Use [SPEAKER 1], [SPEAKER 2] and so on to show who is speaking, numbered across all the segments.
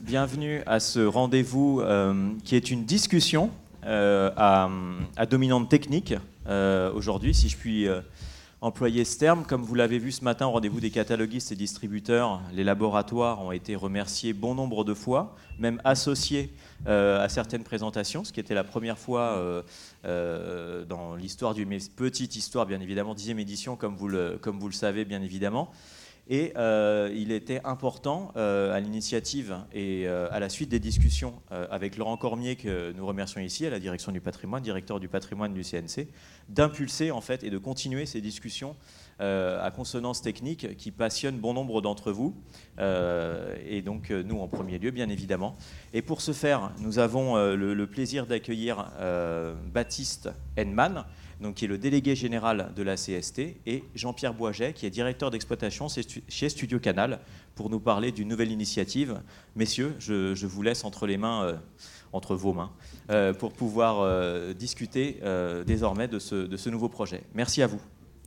[SPEAKER 1] Bienvenue à ce rendez-vous qui est une discussion à dominante technique aujourd'hui, si je puis employer ce terme. Comme vous l'avez vu ce matin au rendez-vous des cataloguistes et distributeurs, les laboratoires ont été remerciés bon nombre de fois, même associés à certaines présentations, ce qui était la première fois dans l'histoire du petite histoire, bien évidemment, 10e édition, comme vous le savez, bien évidemment. Et il était important, à l'initiative et à la suite des discussions avec Laurent Cormier, que nous remercions ici, à la direction du patrimoine, directeur du patrimoine du CNC, d'impulser en fait et de continuer ces discussions à consonance technique qui passionnent bon nombre d'entre vous, et donc nous en premier lieu, bien évidemment. Et pour ce faire, nous avons le plaisir d'accueillir Baptiste Henneman, donc, qui est le délégué général de la CST, et Jean-Pierre Boisget, qui est directeur d'exploitation chez Studio Canal, pour nous parler d'une nouvelle initiative. Messieurs, je vous laisse entre vos mains, pour pouvoir discuter désormais de ce nouveau projet. Merci à vous.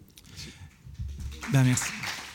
[SPEAKER 2] Ben, merci.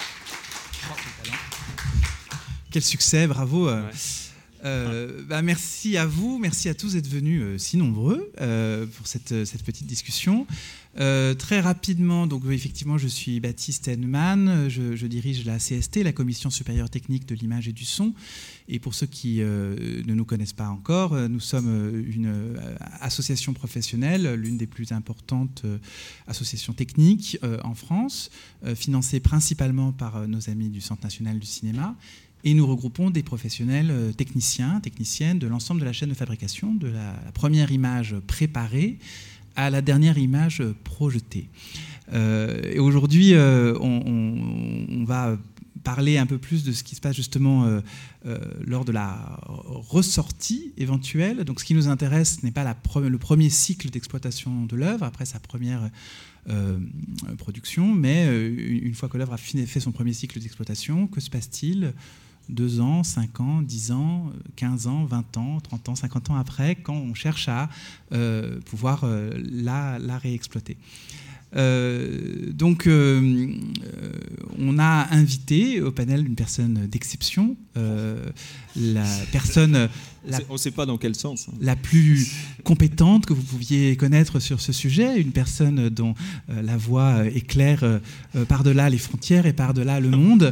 [SPEAKER 2] Quel succès, bravo. Ouais. Merci à vous, merci à tous d'être venus si nombreux pour cette petite discussion. Très rapidement, donc effectivement, je suis Baptiste Henneman, je dirige la CST, la Commission supérieure technique de l'image et du son. Et pour ceux qui ne nous connaissent pas encore, nous sommes une association professionnelle, l'une des plus importantes associations techniques en France, financée principalement par nos amis du Centre national du cinéma. Et nous regroupons des professionnels techniciens, techniciennes de l'ensemble de la chaîne de fabrication, de la première image préparée à la dernière image projetée. Et aujourd'hui, on va parler un peu plus de ce qui se passe justement lors de la ressortie éventuelle. Donc ce qui nous intéresse n'est pas le premier cycle d'exploitation de l'œuvre, après sa première production, mais une fois que l'œuvre a fait son premier cycle d'exploitation, que se passe-t-il 2 ans, 5 ans, 10 ans, 15 ans, 20 ans, 30 ans, 50 ans après, quand on cherche à pouvoir la réexploiter. Donc, on a invité au panel une personne d'exception, la personne...
[SPEAKER 3] On ne sait pas dans quel sens.
[SPEAKER 2] La plus compétente que vous pouviez connaître sur ce sujet, une personne dont la voix éclaire par-delà les frontières et par-delà le monde.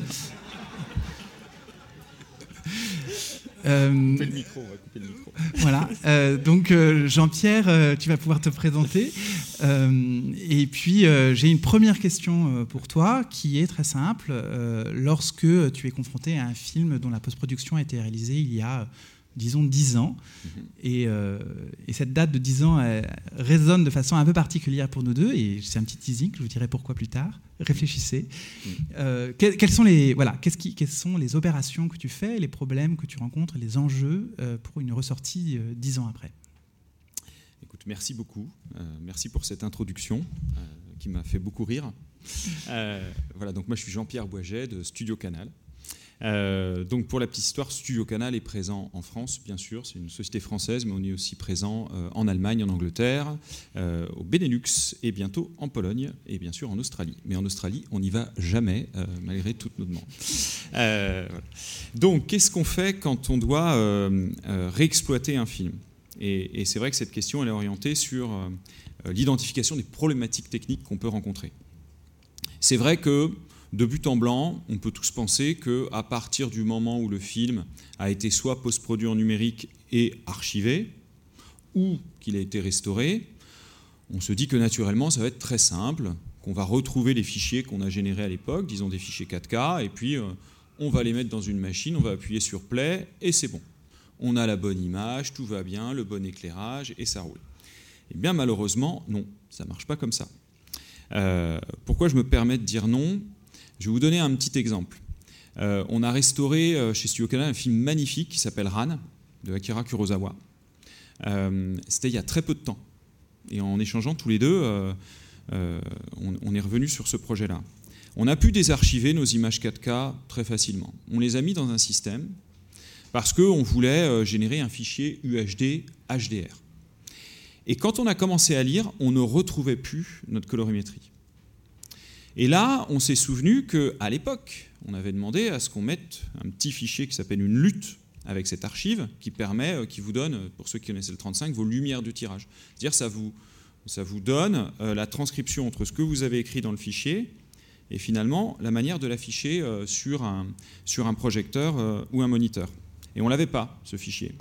[SPEAKER 3] On va couper le micro.
[SPEAKER 2] Voilà. Donc Jean-Pierre, tu vas pouvoir te présenter. Et puis j'ai une première question pour toi qui est très simple. Lorsque tu es confronté à un film dont la post-production a été réalisée il y a, disons, 10 ans, et cette date de 10 ans résonne de façon un peu particulière pour nous deux, et c'est un petit teasing, je vous dirai pourquoi plus tard. Réfléchissez. Quelles sont les opérations que tu fais, les problèmes que tu rencontres, les enjeux pour une ressortie 10 ans après?
[SPEAKER 3] Écoute, merci beaucoup. Merci pour cette introduction qui m'a fait beaucoup rire. Voilà, donc moi je suis Jean-Pierre Boisget de Studio Canal. Donc pour la petite histoire, Studio Canal est présent en France, bien sûr, c'est une société française, mais on est aussi présent en Allemagne, en Angleterre, au Benelux et bientôt en Pologne et bien sûr en Australie. Mais en Australie, on n'y va jamais, malgré toutes nos demandes. Voilà. Donc qu'est-ce qu'on fait quand on doit réexploiter un film ? Et c'est vrai que cette question elle est orientée sur l'identification des problématiques techniques qu'on peut rencontrer. C'est vrai que de but en blanc, on peut tous penser qu'à partir du moment où le film a été soit post-produit en numérique et archivé, ou qu'il a été restauré, on se dit que naturellement ça va être très simple, qu'on va retrouver les fichiers qu'on a générés à l'époque, disons des fichiers 4K, et puis on va les mettre dans une machine, on va appuyer sur Play, et c'est bon. On a la bonne image, tout va bien, le bon éclairage, et ça roule. Eh bien malheureusement, non, ça ne marche pas comme ça. Pourquoi je me permets de dire non ? Je vais vous donner un petit exemple. On a restauré chez Studio Canal un film magnifique qui s'appelle Ran, de Akira Kurosawa. C'était il y a très peu de temps. Et en échangeant tous les deux, on est revenu sur ce projet-là. On a pu désarchiver nos images 4K très facilement. On les a mis dans un système parce qu'on voulait générer un fichier UHD HDR. Et quand on a commencé à lire, on ne retrouvait plus notre colorimétrie. Et là, on s'est souvenu qu'à l'époque, on avait demandé à ce qu'on mette un petit fichier qui s'appelle une LUT avec cette archive qui vous donne, pour ceux qui connaissaient le 35, vos lumières du tirage. C'est-à-dire ça vous donne la transcription entre ce que vous avez écrit dans le fichier et finalement la manière de l'afficher sur un projecteur ou un moniteur. Et on ne l'avait pas, ce fichier.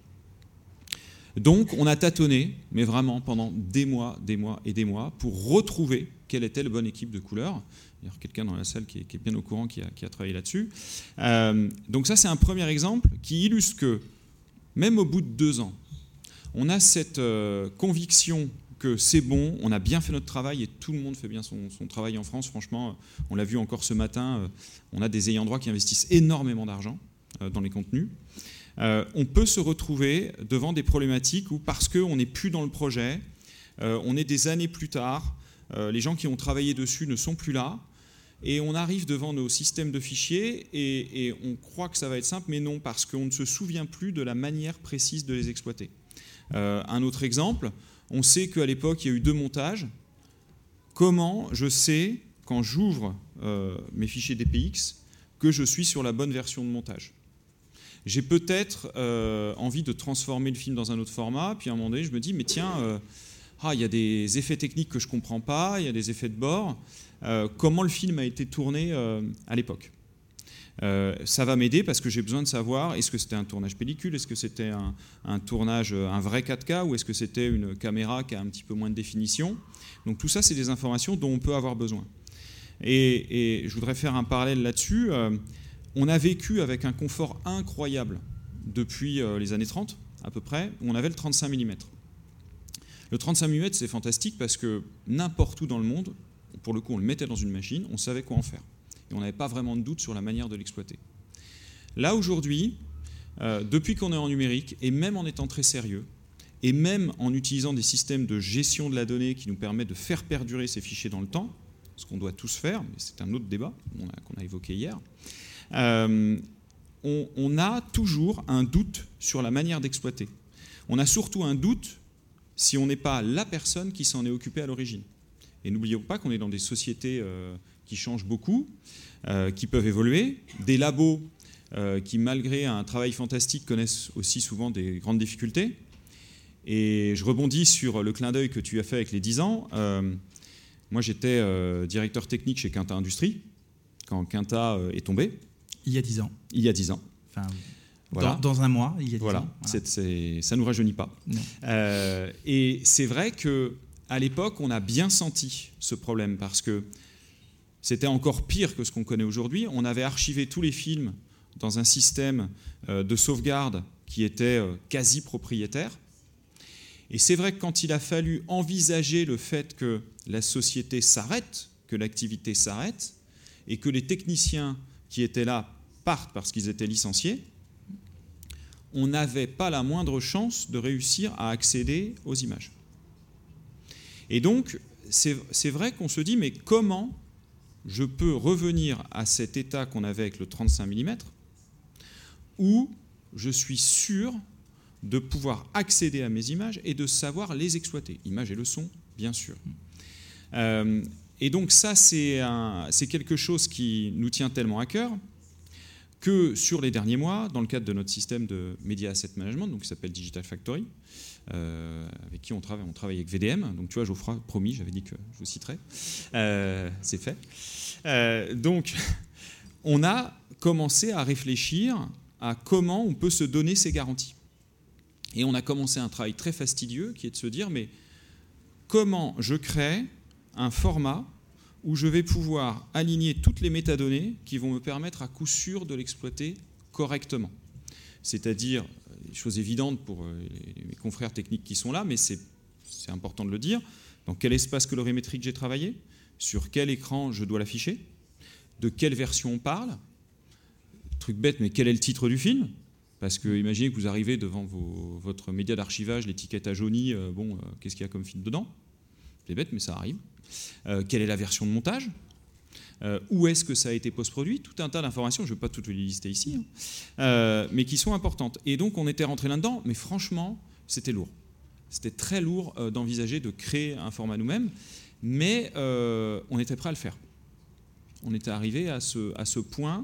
[SPEAKER 3] Donc on a tâtonné, mais vraiment pendant des mois et des mois, pour retrouver quelle était la bonne équipe de couleurs. Il y a quelqu'un dans la salle qui est bien au courant, qui a travaillé là-dessus. Donc ça, c'est un premier exemple qui illustre que, même au bout de 2 ans, on a cette conviction que c'est bon, on a bien fait notre travail et tout le monde fait bien son travail en France. Franchement, on l'a vu encore ce matin, on a des ayants droit qui investissent énormément d'argent dans les contenus. On peut se retrouver devant des problématiques où, parce qu'on n'est plus dans le projet, on est des années plus tard, les gens qui ont travaillé dessus ne sont plus là, et on arrive devant nos systèmes de fichiers et on croit que ça va être simple, mais non, parce qu'on ne se souvient plus de la manière précise de les exploiter. Un autre exemple, on sait qu'à l'époque, il y a eu 2 montages. Comment je sais, quand j'ouvre mes fichiers DPX, que je suis sur la bonne version de montage ? J'ai peut-être envie de transformer le film dans un autre format, puis à un moment donné, je me dis, mais tiens, il y a des effets techniques que je ne comprends pas, il y a des effets de bord. Comment le film a été tourné à l'époque ? Ça va m'aider parce que j'ai besoin de savoir, est-ce que c'était un tournage pellicule, est-ce que c'était un tournage, un vrai 4K, ou est-ce que c'était une caméra qui a un petit peu moins de définition. Donc tout ça, c'est des informations dont on peut avoir besoin. Et je voudrais faire un parallèle là-dessus. On a vécu avec un confort incroyable depuis les années 30, à peu près, où on avait le 35 mm. Le 35 mm, c'est fantastique parce que n'importe où dans le monde, pour le coup, on le mettait dans une machine, on savait quoi en faire. Et on n'avait pas vraiment de doute sur la manière de l'exploiter. Là, aujourd'hui, depuis qu'on est en numérique, et même en étant très sérieux, et même en utilisant des systèmes de gestion de la donnée qui nous permettent de faire perdurer ces fichiers dans le temps, ce qu'on doit tous faire, mais c'est un autre débat qu'on a évoqué hier, on a toujours un doute sur la manière d'exploiter. On a surtout un doute si on n'est pas la personne qui s'en est occupée à l'origine. Et n'oublions pas qu'on est dans des sociétés qui changent beaucoup, qui peuvent évoluer, des labos qui, malgré un travail fantastique, connaissent aussi souvent des grandes difficultés. Et je rebondis sur le clin d'œil que tu as fait avec les 10 ans. Moi, j'étais directeur technique chez Quinta Industries, quand Quinta est tombé.
[SPEAKER 2] Il y a 10 ans.
[SPEAKER 3] Il y a 10 ans.
[SPEAKER 2] Enfin,
[SPEAKER 3] voilà.
[SPEAKER 2] Dans un mois, il y a 10 ans.
[SPEAKER 3] Voilà. Ça ne nous rajeunit pas. Et c'est vrai qu'à l'époque, on a bien senti ce problème parce que c'était encore pire que ce qu'on connaît aujourd'hui. On avait archivé tous les films dans un système de sauvegarde qui était quasi propriétaire. Et c'est vrai que quand il a fallu envisager le fait que la société s'arrête, que l'activité s'arrête, et que les techniciens qui étaient là partent parce qu'ils étaient licenciés, on n'avait pas la moindre chance de réussir à accéder aux images. Et donc, c'est vrai qu'on se dit, mais comment je peux revenir à cet état qu'on avait avec le 35 mm, où je suis sûr de pouvoir accéder à mes images et de savoir les exploiter, images et le son, bien sûr. Et donc ça, c'est quelque chose qui nous tient tellement à cœur que sur les derniers mois, dans le cadre de notre système de Media Asset Management, donc qui s'appelle Digital Factory, avec qui on travaille avec VDM. Donc tu vois, Geoffroy, promis, j'avais dit que je vous citerais. C'est fait. Donc, on a commencé à réfléchir à comment on peut se donner ces garanties. Et on a commencé un travail très fastidieux qui est de se dire, mais comment je crée un format où je vais pouvoir aligner toutes les métadonnées qui vont me permettre à coup sûr de l'exploiter correctement. C'est-à-dire, des choses évidentes pour mes confrères techniques qui sont là, mais c'est important de le dire, dans quel espace colorimétrique j'ai travaillé, sur quel écran je dois l'afficher, de quelle version on parle, truc bête, mais quel est le titre du film ? Parce que imaginez que vous arrivez devant votre média d'archivage, l'étiquette a jauni, qu'est-ce qu'il y a comme film dedans ? C'est bête, mais ça arrive. Quelle est la version de montage ? Où est-ce que ça a été post-produit ? Tout un tas d'informations, je ne vais pas toutes les lister ici, mais qui sont importantes. Et donc on était rentré là-dedans, mais franchement, c'était lourd. C'était très lourd d'envisager de créer un format nous-mêmes, mais on était prêt à le faire. On était arrivé à ce point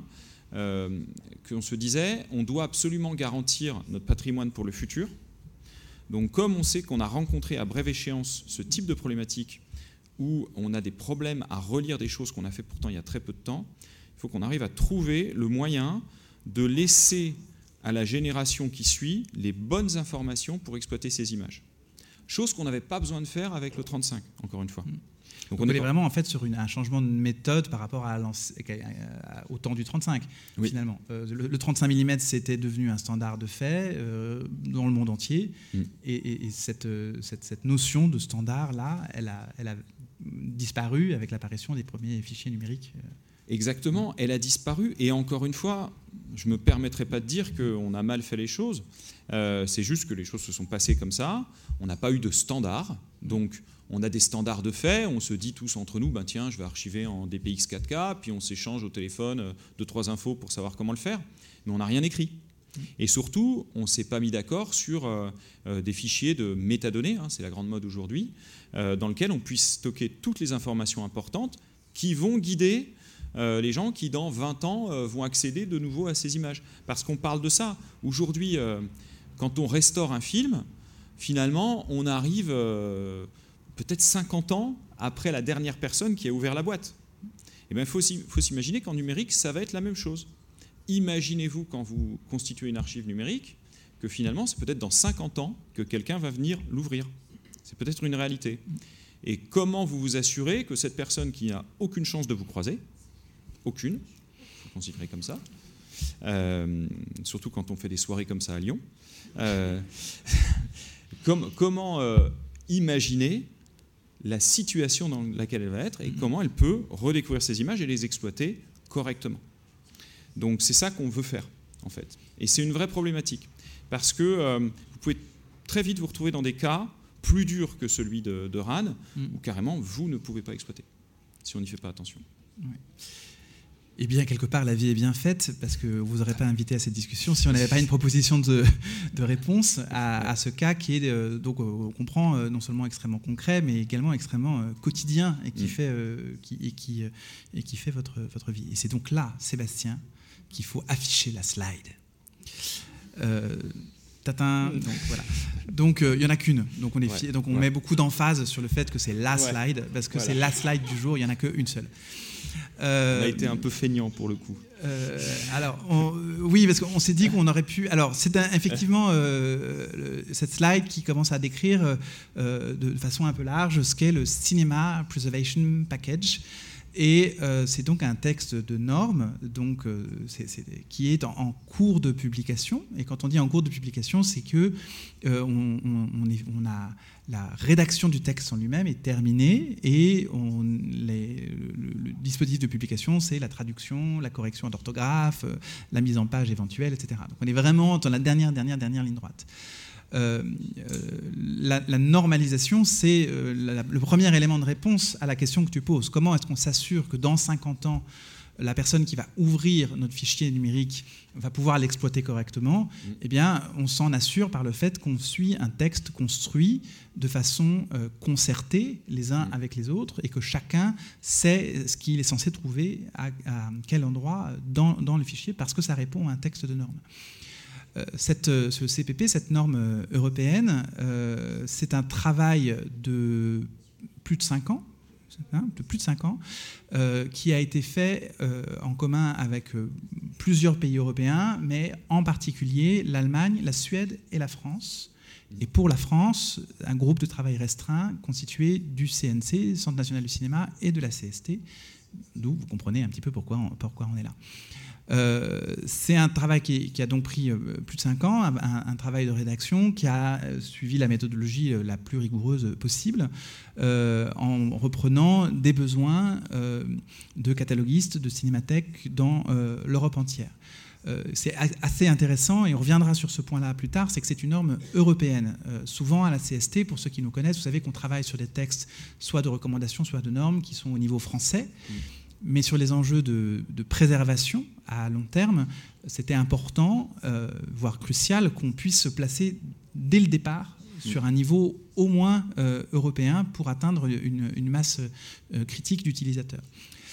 [SPEAKER 3] qu'on se disait, on doit absolument garantir notre patrimoine pour le futur. Donc comme on sait qu'on a rencontré à brève échéance ce type de problématique où on a des problèmes à relire des choses qu'on a fait pourtant il y a très peu de temps, il faut qu'on arrive à trouver le moyen de laisser à la génération qui suit les bonnes informations pour exploiter ces images. Chose qu'on n'avait pas besoin de faire avec le 35, encore une fois.
[SPEAKER 2] Donc on est vraiment en fait sur un changement de méthode par rapport au temps du 35, oui. Finalement. Le 35 mm, c'était devenu un standard de fait dans le monde entier. Et cette notion de standard-là, elle a disparu avec l'apparition des premiers fichiers numériques.
[SPEAKER 3] Exactement, elle a disparu. Et encore une fois, je ne me permettrai pas de dire qu'on a mal fait les choses. C'est juste que les choses se sont passées comme ça. On n'a pas eu de standard. Donc, on a des standards de fait. On se dit tous entre nous, tiens, je vais archiver en DPX 4K, puis on s'échange au téléphone 2-3 infos pour savoir comment le faire. Mais on n'a rien écrit. Et surtout, on ne s'est pas mis d'accord sur des fichiers de métadonnées, c'est la grande mode aujourd'hui, dans lequel on puisse stocker toutes les informations importantes qui vont guider les gens qui, dans 20 ans, vont accéder de nouveau à ces images. Parce qu'on parle de ça. Aujourd'hui, quand on restaure un film, finalement, on arrive peut-être 50 ans après la dernière personne qui a ouvert la boîte. Et bien, il faut s'imaginer qu'en numérique, ça va être la même chose. Imaginez-vous, quand vous constituez une archive numérique, que finalement, c'est peut-être dans 50 ans que quelqu'un va venir l'ouvrir. C'est peut-être une réalité. Et comment vous vous assurez que cette personne qui n'a aucune chance de vous croiser, aucune, il faut considérer comme ça, surtout quand on fait des soirées comme ça à Lyon, comment imaginer la situation dans laquelle elle va être et comment elle peut redécouvrir ces images et les exploiter correctement. Donc c'est ça qu'on veut faire, en fait. Et c'est une vraie problématique, parce que vous pouvez très vite vous retrouver dans des cas plus durs que celui de RAN, où carrément vous ne pouvez pas exploiter, si on n'y fait pas attention.
[SPEAKER 2] Ouais. Eh bien, quelque part, la vie est bien faite, parce que vous n'aurez pas invité à cette discussion si on n'avait pas une proposition de réponse à ce cas qui est, donc, on comprend, non seulement extrêmement concret, mais également extrêmement quotidien et qui fait votre vie. Et c'est donc là, Sébastien, qu'il faut afficher la slide. Donc voilà. Donc il y en a qu'une. Donc on met beaucoup d'emphase sur le fait que c'est la slide, parce que c'est la slide du jour. Il y en a qu'une seule.
[SPEAKER 3] On a été un peu feignant pour le coup.
[SPEAKER 2] Oui, parce qu'on s'est dit qu'on aurait pu. Alors, c'est effectivement cette slide qui commence à décrire de façon un peu large ce qu'est le Cinema Preservation Package. Et c'est donc un texte de normes qui est en cours de publication. Et quand on dit en cours de publication, c'est que on a la rédaction du texte en lui-même est terminée et le dispositif de publication, c'est la traduction, la correction d'orthographe, la mise en page éventuelle, etc. Donc on est vraiment dans la dernière ligne droite. La normalisation, c'est le premier élément de réponse à la question que tu poses. Comment est-ce qu'on s'assure que dans 50 ans, la personne qui va ouvrir notre fichier numérique va pouvoir l'exploiter correctement? Eh bien, on s'en assure par le fait qu'on suit un texte construit de façon concertée les uns avec les autres et que chacun sait ce qu'il est censé trouver à quel endroit dans le fichier parce que ça répond à un texte de norme. Ce CPP, cette norme européenne, c'est un travail de plus de 5 ans, qui a été fait en commun avec plusieurs pays européens, mais en particulier l'Allemagne, la Suède et la France. Et pour la France, un groupe de travail restreint constitué du CNC, Centre national du cinéma, et de la CST, d'où vous comprenez un petit peu pourquoi on est là. C'est un travail qui a donc pris plus de 5 ans, un travail de rédaction qui a suivi la méthodologie la plus rigoureuse possible, en reprenant des besoins de cataloguistes, de cinémathèques dans l'Europe entière. C'est assez intéressant, et on reviendra sur ce point-là plus tard, c'est que c'est une norme européenne. Souvent à la CST, pour ceux qui nous connaissent, vous savez qu'on travaille sur des textes soit de recommandations, soit de normes qui sont au niveau français. Mais sur les enjeux de préservation à long terme, c'était important, voire crucial, qu'on puisse se placer dès le départ sur un niveau au moins européen pour atteindre une masse critique d'utilisateurs.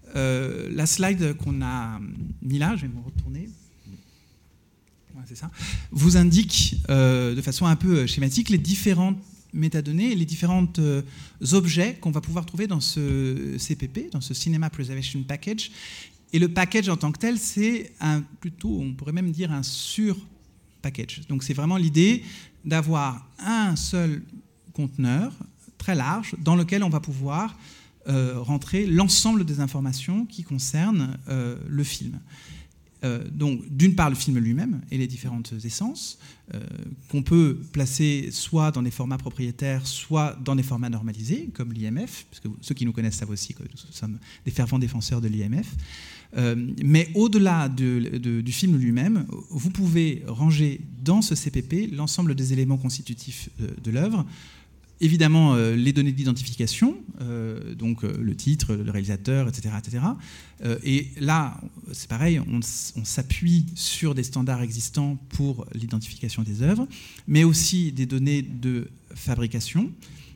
[SPEAKER 2] La slide qu'on a mis là, je vais me retourner. Ouais, c'est ça. Vous indique de façon un peu schématique les différentes métadonnées et les différents objets qu'on va pouvoir trouver dans ce CPP, dans ce Cinema Preservation Package. Et le package en tant que tel, c'est plutôt, on pourrait même dire un sur-package. Donc c'est vraiment l'idée d'avoir un seul conteneur très large dans lequel on va pouvoir rentrer l'ensemble des informations qui concernent le film. Donc, d'une part, le film lui-même et les différentes essences qu'on peut placer soit dans des formats propriétaires, soit dans des formats normalisés, comme l'IMF, puisque ceux qui nous connaissent savent aussi que nous sommes des fervents défenseurs de l'IMF. Mais au-delà du film lui-même, vous pouvez ranger dans ce CPP l'ensemble des éléments constitutifs de l'œuvre. Évidemment, les données d'identification, donc le titre, le réalisateur, etc. etc. Et là, c'est pareil, on s'appuie sur des standards existants pour l'identification des œuvres, mais aussi des données de fabrication.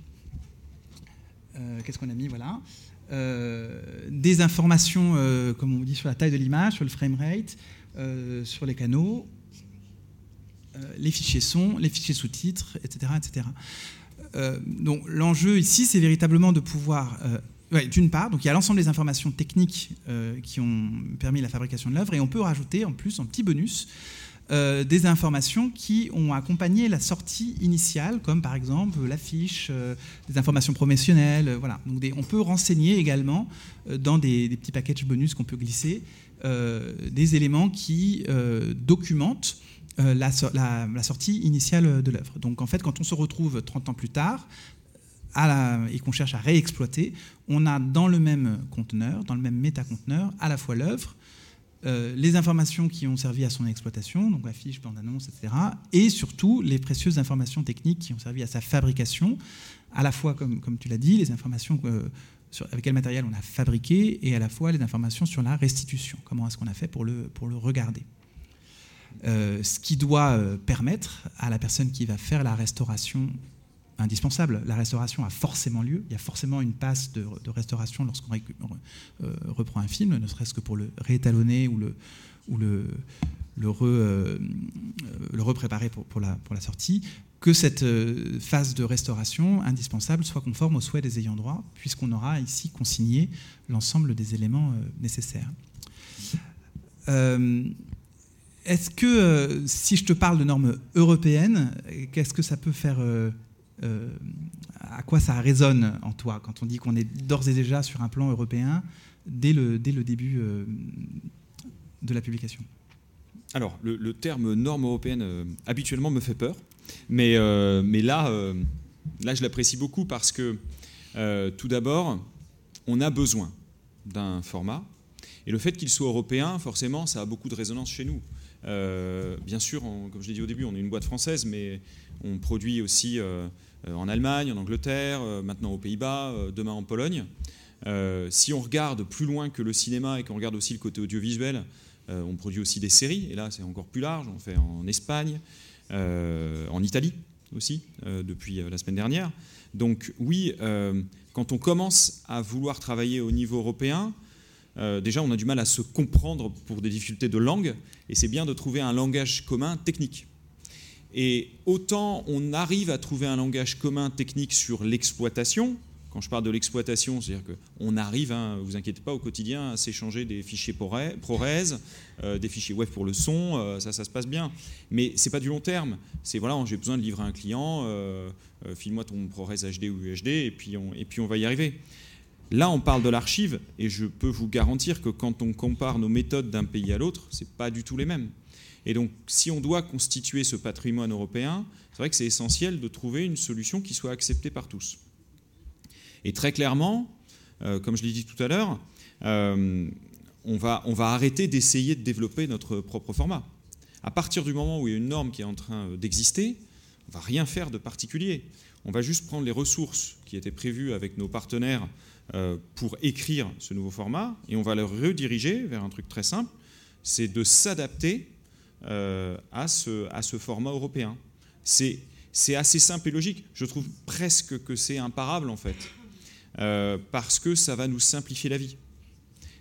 [SPEAKER 2] Qu'est-ce qu'on a mis? Voilà. Des informations, comme on dit, sur la taille de l'image, sur le framerate, sur les canaux, les fichiers son, les fichiers sous-titres, etc. etc. Donc l'enjeu ici, c'est véritablement de pouvoir, d'une part, donc il y a l'ensemble des informations techniques qui ont permis la fabrication de l'œuvre, et on peut rajouter en plus, en petit bonus, des informations qui ont accompagné la sortie initiale, comme par exemple l'affiche, des informations promotionnelles, voilà. Donc on peut renseigner également dans des petits packages bonus qu'on peut glisser, des éléments qui documentent la sortie initiale de l'œuvre. Donc en fait, quand on se retrouve 30 ans plus tard et qu'on cherche à réexploiter, on a dans le même conteneur, dans le même métaconteneur, à la fois l'œuvre, les informations qui ont servi à son exploitation, donc affiche, bande-annonce, etc., et surtout les précieuses informations techniques qui ont servi à sa fabrication, à la fois, comme tu l'as dit, les informations avec quel matériel on a fabriqué, et à la fois les informations sur la restitution, comment est-ce qu'on a fait pour le regarder. Ce qui doit permettre à la personne qui va faire la restauration indispensable. La restauration a forcément lieu. Il y a forcément une passe de restauration lorsqu'on reprend un film, ne serait-ce que pour le réétalonner ou le repréparer pour la sortie, que cette phase de restauration indispensable soit conforme aux souhaits des ayants droit, puisqu'on aura ici consigné l'ensemble des éléments nécessaires. Est-ce que, si je te parle de normes européennes, qu'est-ce que ça peut faire, à quoi ça résonne en toi quand on dit qu'on est d'ores et déjà sur un plan européen dès le début de la publication?
[SPEAKER 3] Alors, le terme norme européenne habituellement me fait peur, mais là, je l'apprécie beaucoup parce que, tout d'abord, on a besoin d'un format, et le fait qu'il soit européen, forcément, ça a beaucoup de résonance chez nous. Bien sûr, comme je l'ai dit au début, on est une boîte française, mais on produit aussi en Allemagne, en Angleterre, maintenant aux Pays-Bas, demain en Pologne. Si on regarde plus loin que le cinéma et qu'on regarde aussi le côté audiovisuel, on produit aussi des séries, et là c'est encore plus large, on fait en Espagne, en Italie aussi, depuis la semaine dernière. Donc oui, quand on commence à vouloir travailler au niveau européen, déjà on a du mal à se comprendre pour des difficultés de langue, et c'est bien de trouver un langage commun technique. Et autant on arrive à trouver un langage commun technique sur l'exploitation. Quand je parle de l'exploitation, c'est-à-dire qu'on arrive, vous inquiétez pas, au quotidien à s'échanger des fichiers ProRes, des fichiers web pour le son, ça se passe bien. Mais c'est pas du long terme. C'est voilà, j'ai besoin de livrer un client, file-moi ton ProRes HD ou UHD, et puis on va y arriver. Là, on parle de l'archive, et je peux vous garantir que quand on compare nos méthodes d'un pays à l'autre, c'est pas du tout les mêmes. Et donc, si on doit constituer ce patrimoine européen, c'est vrai que c'est essentiel de trouver une solution qui soit acceptée par tous. Et très clairement, comme je l'ai dit tout à l'heure, on va arrêter d'essayer de développer notre propre format. À partir du moment où il y a une norme qui est en train d'exister, on ne va rien faire de particulier. On va juste prendre les ressources qui étaient prévues avec nos partenaires pour écrire ce nouveau format, et on va le rediriger vers un truc très simple, c'est de s'adapter à ce format européen. C'est assez simple et logique. Je trouve presque que c'est imparable, en fait, parce que ça va nous simplifier la vie.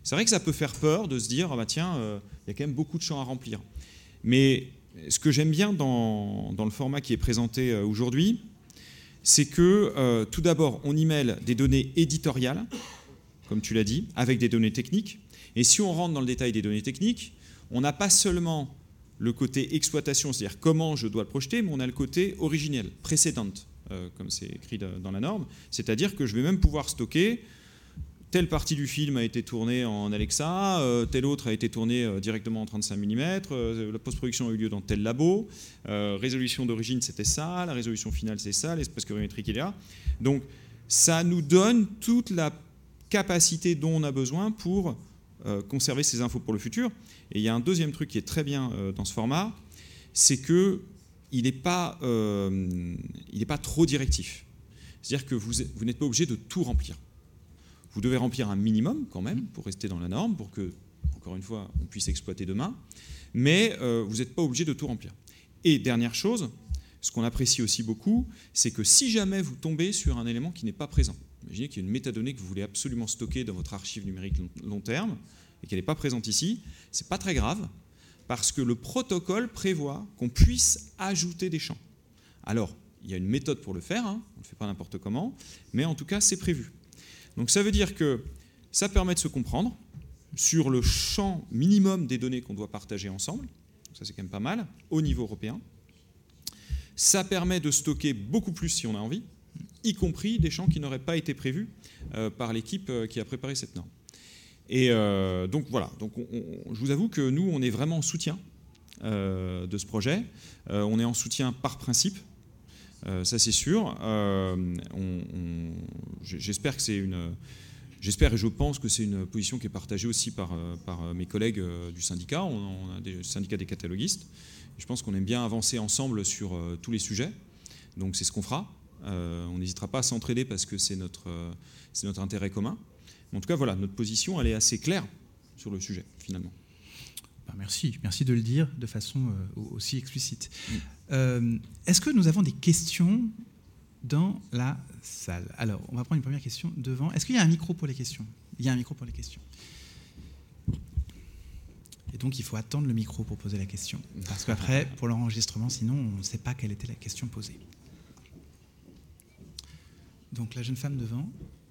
[SPEAKER 3] C'est vrai que ça peut faire peur de se dire, ah bah tiens, il y a quand même beaucoup de champs à remplir. Mais ce que j'aime bien dans le format qui est présenté aujourd'hui, c'est que tout d'abord, on y mêle des données éditoriales, comme tu l'as dit, avec des données techniques. Et si on rentre dans le détail des données techniques, on n'a pas seulement le côté exploitation, c'est-à-dire comment je dois le projeter, mais on a le côté originel, précédent, comme c'est écrit dans la norme. C'est-à-dire que je vais même pouvoir stocker telle partie du film a été tournée en Alexa, telle autre a été tournée directement en 35 mm, la post-production a eu lieu dans tel labo, résolution d'origine c'était ça, la résolution finale c'est ça, l'espace colorimétrique il est là. Donc ça nous donne toute la capacité dont on a besoin pour conserver ces infos pour le futur. Et il y a un deuxième truc qui est très bien dans ce format, c'est qu'il n'est pas trop directif. C'est-à-dire que vous n'êtes pas obligé de tout remplir. Vous devez remplir un minimum quand même pour rester dans la norme, pour que, encore une fois, on puisse exploiter demain, mais vous n'êtes pas obligé de tout remplir. Et dernière chose, ce qu'on apprécie aussi beaucoup, c'est que si jamais vous tombez sur un élément qui n'est pas présent, imaginez qu'il y a une métadonnée que vous voulez absolument stocker dans votre archive numérique long terme et qu'elle n'est pas présente ici, ce n'est pas très grave, parce que le protocole prévoit qu'on puisse ajouter des champs. Alors, il y a une méthode pour le faire, hein, on ne le fait pas n'importe comment, mais en tout cas, c'est prévu. Donc ça veut dire que ça permet de se comprendre sur le champ minimum des données qu'on doit partager ensemble, ça c'est quand même pas mal, au niveau européen. Ça permet de stocker beaucoup plus si on a envie, y compris des champs qui n'auraient pas été prévus par l'équipe qui a préparé cette norme. Et donc voilà, donc je vous avoue que nous on est vraiment en soutien de ce projet, on est en soutien par principe. Ça c'est sûr. J'espère et je pense que c'est une position qui est partagée aussi par mes collègues du syndicat. On a des syndicats des cataloguistes. Et je pense qu'on aime bien avancer ensemble sur tous les sujets. Donc c'est ce qu'on fera. On n'hésitera pas à s'entraider parce que c'est notre intérêt commun. Mais en tout cas, voilà, notre position, elle est assez claire sur le sujet, finalement.
[SPEAKER 2] Merci de le dire de façon aussi explicite. Est-ce que nous avons des questions dans la salle? Alors, on va prendre une première question devant. Est-ce qu'il y a un micro pour les questions? Il y a un micro pour les questions. Et donc, il faut attendre le micro pour poser la question. Parce qu'après, pour l'enregistrement, sinon, on ne sait pas quelle était la question posée. Donc, la jeune femme devant.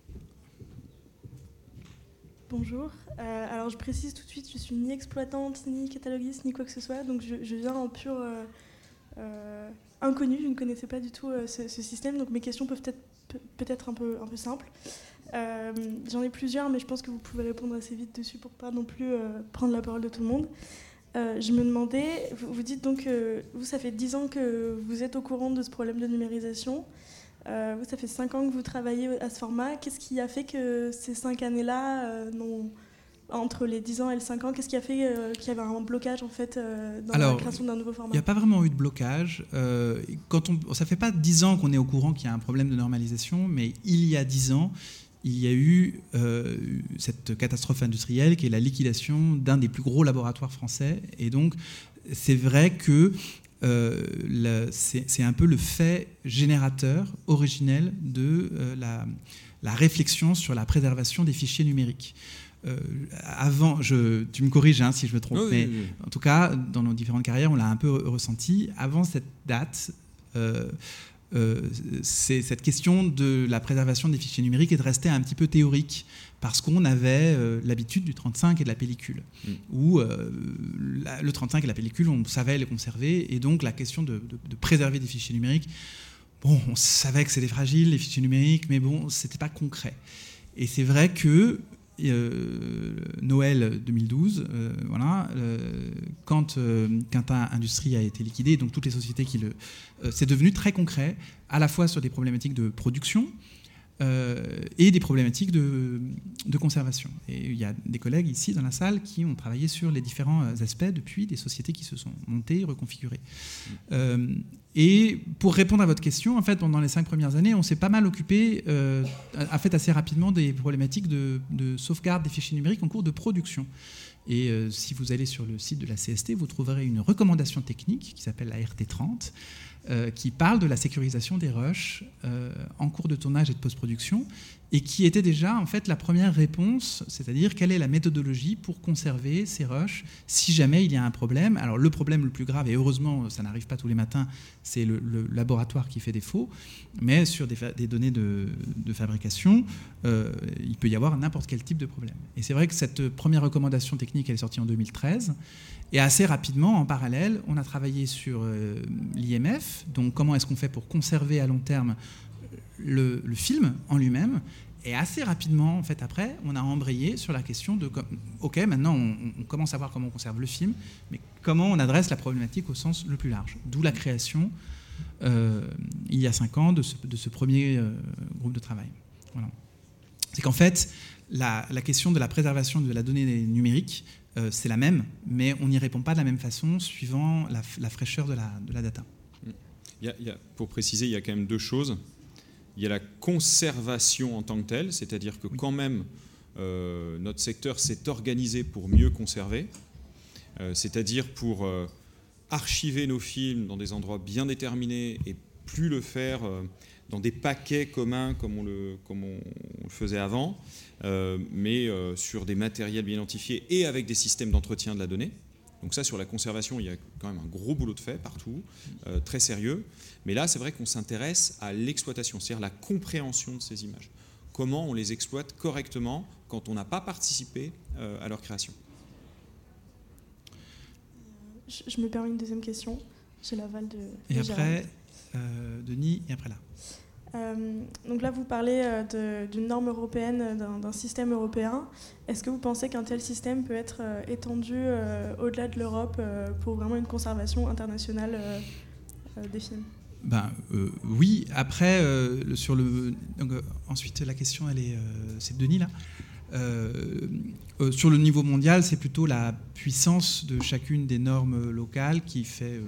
[SPEAKER 4] Bonjour, alors je précise tout de suite, je suis ni exploitante, ni cataloguiste, ni quoi que ce soit, donc je viens en pur inconnu, je ne connaissais pas du tout ce système, donc mes questions peuvent être peut-être un peu simples. J'en ai plusieurs, mais je pense que vous pouvez répondre assez vite dessus pour pas non plus prendre la parole de tout le monde. Je me demandais, vous dites donc, vous ça fait 10 ans que vous êtes au courant de ce problème de numérisation. Vous, ça fait 5 ans que vous travaillez à ce format. Qu'est-ce qui a fait que ces 5 années-là, entre les 10 ans et les 5 ans, qu'est-ce qui a fait qu'il y avait un blocage en fait, dans la création d'un nouveau format?
[SPEAKER 2] Il n'y a pas vraiment eu de blocage. Ça fait pas 10 ans qu'on est au courant qu'il y a un problème de normalisation, mais il y a 10 ans, il y a eu cette catastrophe industrielle qui est la liquidation d'un des plus gros laboratoires français. Et donc, c'est vrai que c'est un peu le fait générateur originel de la réflexion sur la préservation des fichiers numériques. Avant, tu me corriges si je me trompe, mais en tout cas, dans nos différentes carrières, on l'a un peu ressenti. Avant cette date, cette question de la préservation des fichiers numériques est restée un petit peu théorique, parce qu'on avait l'habitude du 35 et de la pellicule, où le 35 et la pellicule, on savait les conserver, et donc la question de préserver des fichiers numériques, bon, on savait que c'était fragile, les fichiers numériques, mais bon, c'était pas concret. Et c'est vrai que Noël 2012, quand Quintin Industries a été liquidé, donc toutes les sociétés c'est devenu très concret, à la fois sur des problématiques de production et des problématiques de conservation. Et il y a des collègues ici dans la salle qui ont travaillé sur les différents aspects depuis, des sociétés qui se sont montées, reconfigurées. Et pour répondre à votre question, en fait, pendant les 5 premières années, on s'est pas mal occupé, assez rapidement, des problématiques de sauvegarde des fichiers numériques en cours de production. Et si vous allez sur le site de la CST, vous trouverez une recommandation technique qui s'appelle la RT30, qui parle de la sécurisation des rushs en cours de tournage et de post-production, et qui était déjà en fait la première réponse, c'est-à-dire quelle est la méthodologie pour conserver ces rushs si jamais il y a un problème. Alors le problème le plus grave, et heureusement ça n'arrive pas tous les matins, c'est le laboratoire qui fait défaut, mais sur des données de fabrication, il peut y avoir n'importe quel type de problème. Et c'est vrai que cette première recommandation technique, elle est sortie en 2013, et assez rapidement, en parallèle, on a travaillé sur l'IMF, donc comment est-ce qu'on fait pour conserver à long terme le film en lui-même. Et assez rapidement, en fait, après, on a embrayé sur la question de OK, maintenant on commence à voir comment on conserve le film, mais comment on adresse la problématique au sens le plus large. D'où la création, il y a 5 ans, de ce premier groupe de travail. Voilà. C'est qu'en fait, la question de la préservation de la donnée numérique, c'est la même, mais on n'y répond pas de la même façon suivant la fraîcheur de la data.
[SPEAKER 3] Pour préciser, il y a quand même 2 choses. Il y a la conservation en tant que telle, c'est-à-dire que quand même notre secteur s'est organisé pour mieux conserver, c'est-à-dire pour archiver nos films dans des endroits bien déterminés et plus le faire dans des paquets communs comme on le faisait avant, mais sur des matériels bien identifiés et avec des systèmes d'entretien de la donnée. Donc ça, sur la conservation, il y a quand même un gros boulot de fait partout, très sérieux. Mais là, c'est vrai qu'on s'intéresse à l'exploitation, c'est-à-dire la compréhension de ces images. Comment on les exploite correctement quand on n'a pas participé à leur création.
[SPEAKER 4] Je me permets une deuxième question. J'ai l'aval de
[SPEAKER 2] Et après, Denis, et après là.
[SPEAKER 4] Donc là, vous parlez d'une norme européenne, d'un système européen. Est-ce que vous pensez qu'un tel système peut être étendu au-delà de l'Europe pour vraiment une conservation internationale des films ?
[SPEAKER 2] Oui. Après, ensuite, la question, c'est de Denis là. Sur le niveau mondial, c'est plutôt la puissance de chacune des normes locales qui fait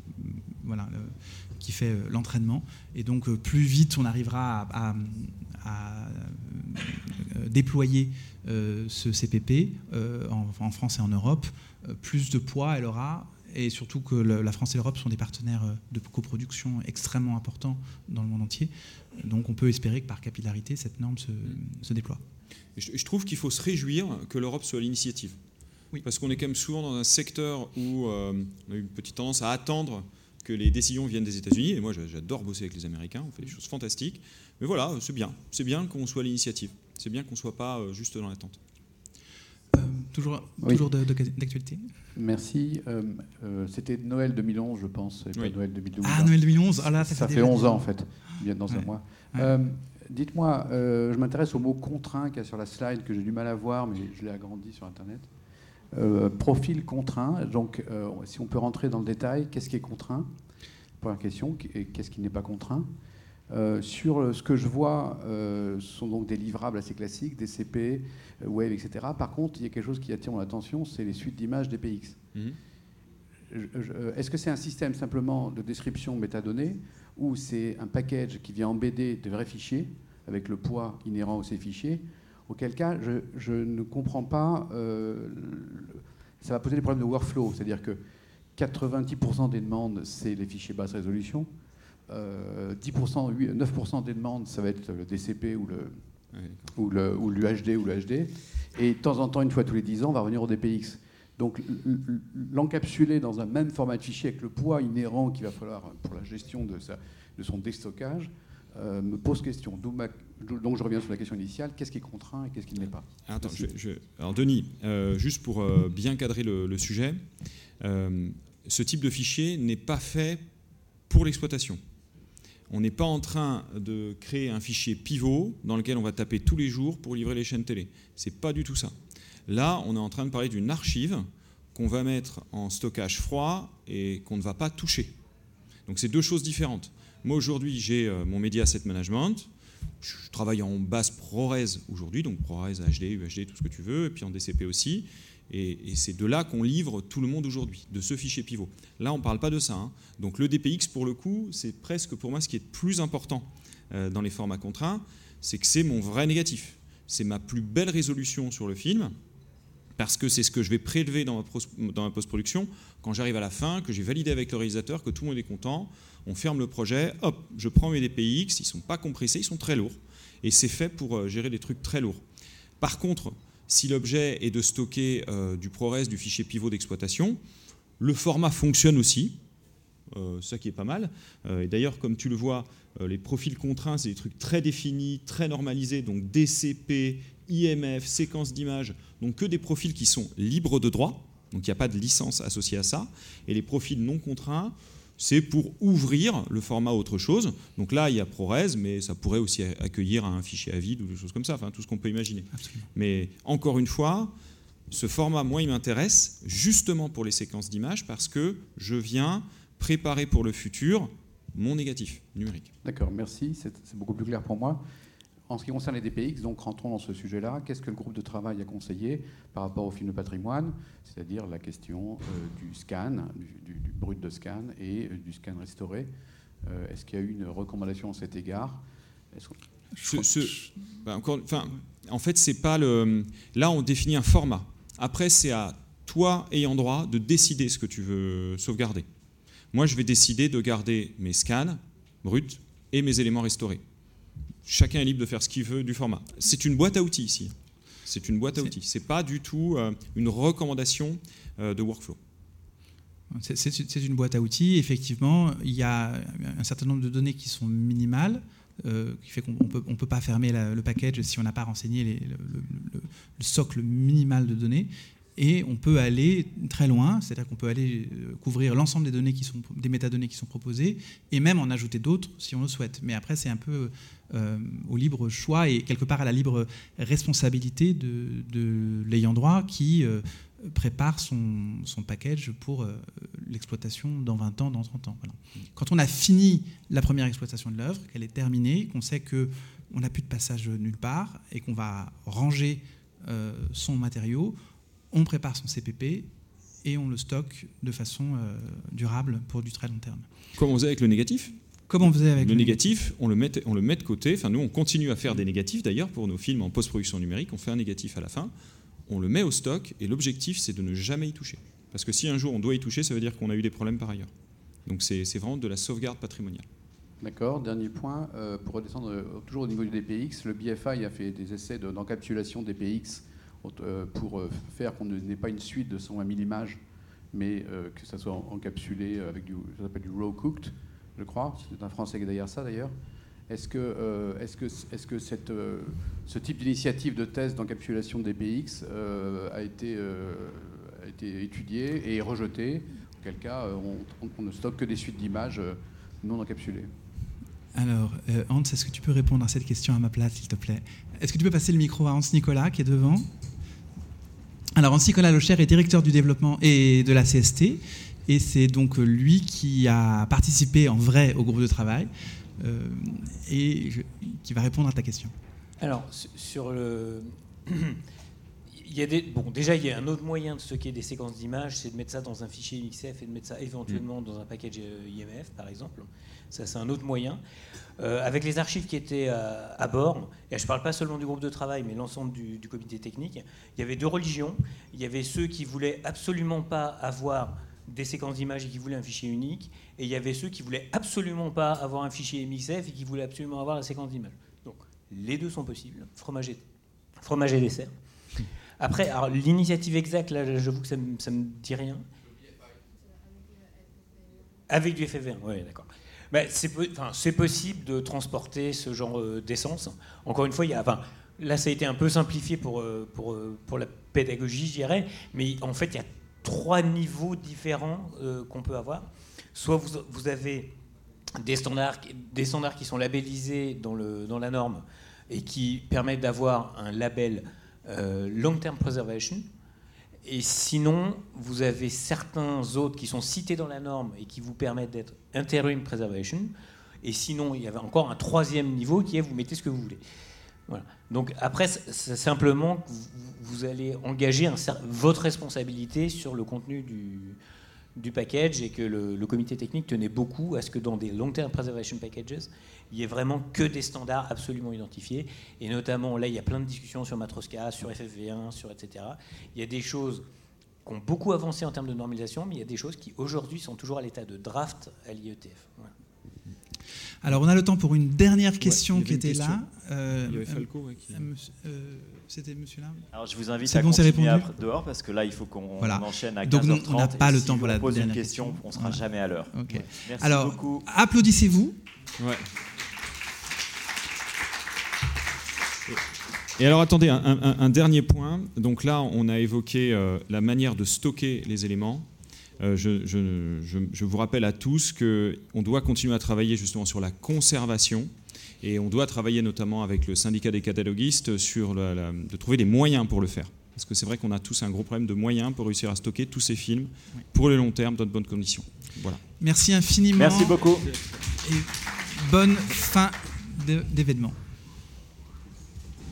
[SPEAKER 2] l'entraînement. Et donc, plus vite on arrivera à déployer ce CPP en France et en Europe, plus de poids elle aura. Et surtout que la France et l'Europe sont des partenaires de coproduction extrêmement importants dans le monde entier. Donc on peut espérer que par capillarité, cette norme se déploie.
[SPEAKER 3] Je trouve qu'il faut se réjouir que l'Europe soit à l'initiative.
[SPEAKER 2] Oui.
[SPEAKER 3] Parce qu'on est quand même souvent dans un secteur où on a eu une petite tendance à attendre que les décisions viennent des États-Unis. Et moi, j'adore bosser avec les Américains, on fait des choses fantastiques. Mais voilà, c'est bien. C'est bien qu'on soit à l'initiative. C'est bien qu'on ne soit pas juste dans l'attente.
[SPEAKER 2] Toujours d'actualité.
[SPEAKER 5] Merci. C'était Noël 2011, je pense, et pas Noël 2012.
[SPEAKER 2] Ah, Noël 2011, oh là,
[SPEAKER 5] ça fait 11 ans, en fait, bien dans un mois. Ouais. Dites-moi, je m'intéresse au mot contraint qu'il y a sur la slide, que j'ai du mal à voir, mais je l'ai agrandi sur Internet. Profil contraint, donc si on peut rentrer dans le détail, qu'est-ce qui est contraint ? Première question, et qu'est-ce qui n'est pas contraint ? Sur ce que je vois, ce sont donc des livrables assez classiques, des CP, Wave, etc. Par contre, il y a quelque chose qui attire mon attention, c'est les suites d'images DPX. Est-ce que c'est un système simplement de description métadonnées ou c'est un package qui vient embedder de vrais fichiers avec le poids inhérent à ces fichiers ? Auquel cas, je ne comprends pas, ça va poser des problèmes de workflow, c'est-à-dire que 90% des demandes, c'est les fichiers basse résolution, 9% des demandes, ça va être le DCP ou l'UHD ou le HD, et de temps en temps, une fois tous les 10 ans, on va revenir au DPX. Donc l'encapsuler dans un même format de fichier avec le poids inhérent qu'il va falloir pour la gestion de son déstockage me pose question. Donc je reviens sur la question initiale, qu'est-ce qui est contraint et qu'est-ce qui ne l'est pas ?
[SPEAKER 3] Alors Denis, juste pour bien cadrer le sujet, ce type de fichier n'est pas fait pour l'exploitation. On n'est pas en train de créer un fichier pivot dans lequel on va taper tous les jours pour livrer les chaînes télé. C'est pas du tout ça. Là, on est en train de parler d'une archive qu'on va mettre en stockage froid et qu'on ne va pas toucher. Donc c'est 2 choses différentes. Moi aujourd'hui, j'ai mon Media Asset Management. Je travaille en base ProRes aujourd'hui, donc ProRes, HD, UHD, tout ce que tu veux, et puis en DCP aussi. Et c'est de là qu'on livre tout le monde aujourd'hui, de ce fichier pivot. Là, on ne parle pas de ça. Donc le DPX, pour le coup, c'est presque pour moi ce qui est le plus important dans les formats contraints, c'est que c'est mon vrai négatif. C'est ma plus belle résolution sur le film. parce que c'est ce que je vais prélever dans ma post-production quand j'arrive à la fin, que j'ai validé avec le réalisateur, que tout le monde est content, on ferme le projet, hop, je prends mes DPX, ils ne sont pas compressés, ils sont très lourds. Et c'est fait pour gérer des trucs très lourds. Par contre, si l'objet est de stocker du ProRes, du fichier pivot d'exploitation, le format fonctionne aussi, ça qui est pas mal. Et d'ailleurs, comme tu le vois, les profils contraints, c'est des trucs très définis, très normalisés, donc DCP, IMF, séquence d'images, donc que des profils qui sont libres de droit, donc il n'y a pas de licence associée à ça, et les profils non contraints, c'est pour ouvrir le format à autre chose. Donc là, il y a ProRes, mais ça pourrait aussi accueillir un fichier à vide ou des choses comme ça, enfin tout ce qu'on peut imaginer. Absolument. Mais encore une fois, ce format, moi, il m'intéresse justement pour les séquences d'images parce que je viens préparer pour le futur mon négatif numérique.
[SPEAKER 5] D'accord, merci, c'est beaucoup plus clair pour moi. En ce qui concerne les DPX, donc rentrons dans ce sujet-là. Qu'est-ce que le groupe de travail a conseillé par rapport au film de patrimoine, c'est-à-dire la question du scan, du brut de scan et du scan restauré. Est-ce qu'il y a eu une recommandation à cet égard?
[SPEAKER 3] En fait, c'est pas le. Là, on définit un format. Après, c'est à toi, ayant droit, de décider ce que tu veux sauvegarder. Moi, je vais décider de garder mes scans bruts et mes éléments restaurés. Chacun est libre de faire ce qu'il veut du format. C'est une boîte à outils ici. C'est une boîte à outils. C'est pas du tout une recommandation de workflow.
[SPEAKER 2] C'est une boîte à outils. Effectivement, il y a un certain nombre de données qui sont minimales, qui fait qu'on ne peut pas fermer le package si on n'a pas renseigné le socle minimal de données. Et on peut aller très loin, c'est-à-dire qu'on peut aller couvrir l'ensemble des métadonnées qui sont proposées, et même en ajouter d'autres si on le souhaite. Mais après, c'est un peu au libre choix et quelque part à la libre responsabilité de l'ayant droit qui prépare son package pour l'exploitation dans 20 ans, dans 30 ans. Voilà. Quand on a fini la première exploitation de l'œuvre, qu'elle est terminée, qu'on sait qu'on n'a plus de passage nulle part et qu'on va ranger son matériau, on prépare son CPP et on le stocke de façon durable pour du très long terme.
[SPEAKER 3] Comme on faisait avec le négatif.
[SPEAKER 2] Comme on faisait avec
[SPEAKER 3] le négatif, on le met de côté. Enfin, nous, on continue à faire des négatifs d'ailleurs pour nos films en post-production numérique. On fait un négatif à la fin, on le met au stock et l'objectif, c'est de ne jamais y toucher. Parce que si un jour on doit y toucher, ça veut dire qu'on a eu des problèmes par ailleurs. Donc c'est vraiment de la sauvegarde patrimoniale.
[SPEAKER 5] D'accord, dernier point, pour redescendre toujours au niveau du DPX, le BFI a fait des essais d'encapsulation DPX pour faire qu'on n'ait pas une suite de 120 000 images, mais que ça soit encapsulé avec ça s'appelle du raw cooked, je crois. C'est un Français qui est derrière ça d'ailleurs. Est-ce que ce type d'initiative de test d'encapsulation de DPX a été étudié et rejeté? Auquel cas, on ne stocke que des suites d'images non encapsulées.
[SPEAKER 2] Alors, Hans, est-ce que tu peux répondre à cette question à ma place, s'il te plaît? Est-ce que tu peux passer le micro à Hans Nicolas, qui est devant? Alors, Hans Nicolas Locher est directeur du développement et de la CST, et c'est donc lui qui a participé en vrai au groupe de travail et qui va répondre à ta question.
[SPEAKER 6] Alors, sur le... déjà, il y a un autre moyen de stocker des séquences d'images, c'est de mettre ça dans un fichier XF et de mettre ça éventuellement dans un package IMF, par exemple. Ça, c'est un autre moyen. Avec les archives qui étaient à bord, et je ne parle pas seulement du groupe de travail, mais l'ensemble du comité technique, il y avait deux religions. Il y avait ceux qui ne voulaient absolument pas avoir des séquences d'images et qui voulaient un fichier unique, et il y avait ceux qui ne voulaient absolument pas avoir un fichier MXF et qui voulaient absolument avoir la séquence d'images. Donc, les deux sont possibles, fromage et dessert. Après, alors, l'initiative exacte, là, j'avoue que ça me dit rien. Avec du FFV1, oui, d'accord. Ben, c'est possible de transporter ce genre d'essence. Encore une fois, là, ça a été un peu simplifié pour la pédagogie, je dirais, mais en fait, il y a 3 niveaux différents qu'on peut avoir. Soit vous avez des standards qui sont labellisés dans la norme et qui permettent d'avoir un label long-term preservation. Et sinon, vous avez certains autres qui sont cités dans la norme et qui vous permettent d'être interim preservation. Et sinon, il y avait encore un 3e niveau qui est vous mettez ce que vous voulez. Voilà. Donc après, c'est simplement que vous allez engager votre responsabilité sur le contenu du package et que le comité technique tenait beaucoup à ce que dans des long-term preservation packages, il y ait vraiment que des standards absolument identifiés. Et notamment, là, il y a plein de discussions sur Matroska, sur FFV1, sur etc. Il y a des choses qui ont beaucoup avancé en termes de normalisation, mais il y a des choses qui, aujourd'hui, sont toujours à l'état de draft à l'IETF. Voilà.
[SPEAKER 2] Alors, on a le temps pour une dernière question qui était là.
[SPEAKER 3] Il y avait Falco.
[SPEAKER 2] C'était monsieur là.
[SPEAKER 1] Alors, je vous invite
[SPEAKER 2] C'est
[SPEAKER 1] à
[SPEAKER 2] bon, c'est
[SPEAKER 1] continuer
[SPEAKER 2] répondu
[SPEAKER 1] dehors parce que là, il faut qu'on enchaîne à 15h30.
[SPEAKER 2] Donc, on n'a pas le temps
[SPEAKER 1] si
[SPEAKER 2] pour la
[SPEAKER 1] on pose une
[SPEAKER 2] dernière
[SPEAKER 1] question. On ne sera jamais à l'heure.
[SPEAKER 2] Okay.
[SPEAKER 1] Ouais. Merci
[SPEAKER 2] Alors,
[SPEAKER 1] beaucoup.
[SPEAKER 2] Applaudissez-vous.
[SPEAKER 3] Ouais. Et alors, attendez, un dernier point. Donc là, on a évoqué la manière de stocker les éléments. Je vous rappelle à tous qu'on doit continuer à travailler justement sur la conservation et on doit travailler notamment avec le syndicat des cataloguistes sur de trouver des moyens pour le faire. Parce que c'est vrai qu'on a tous un gros problème de moyens pour réussir à stocker tous ces films pour le long terme dans de bonnes conditions. Voilà.
[SPEAKER 2] Merci infiniment.
[SPEAKER 1] Merci beaucoup.
[SPEAKER 2] Et bonne fin d'événement.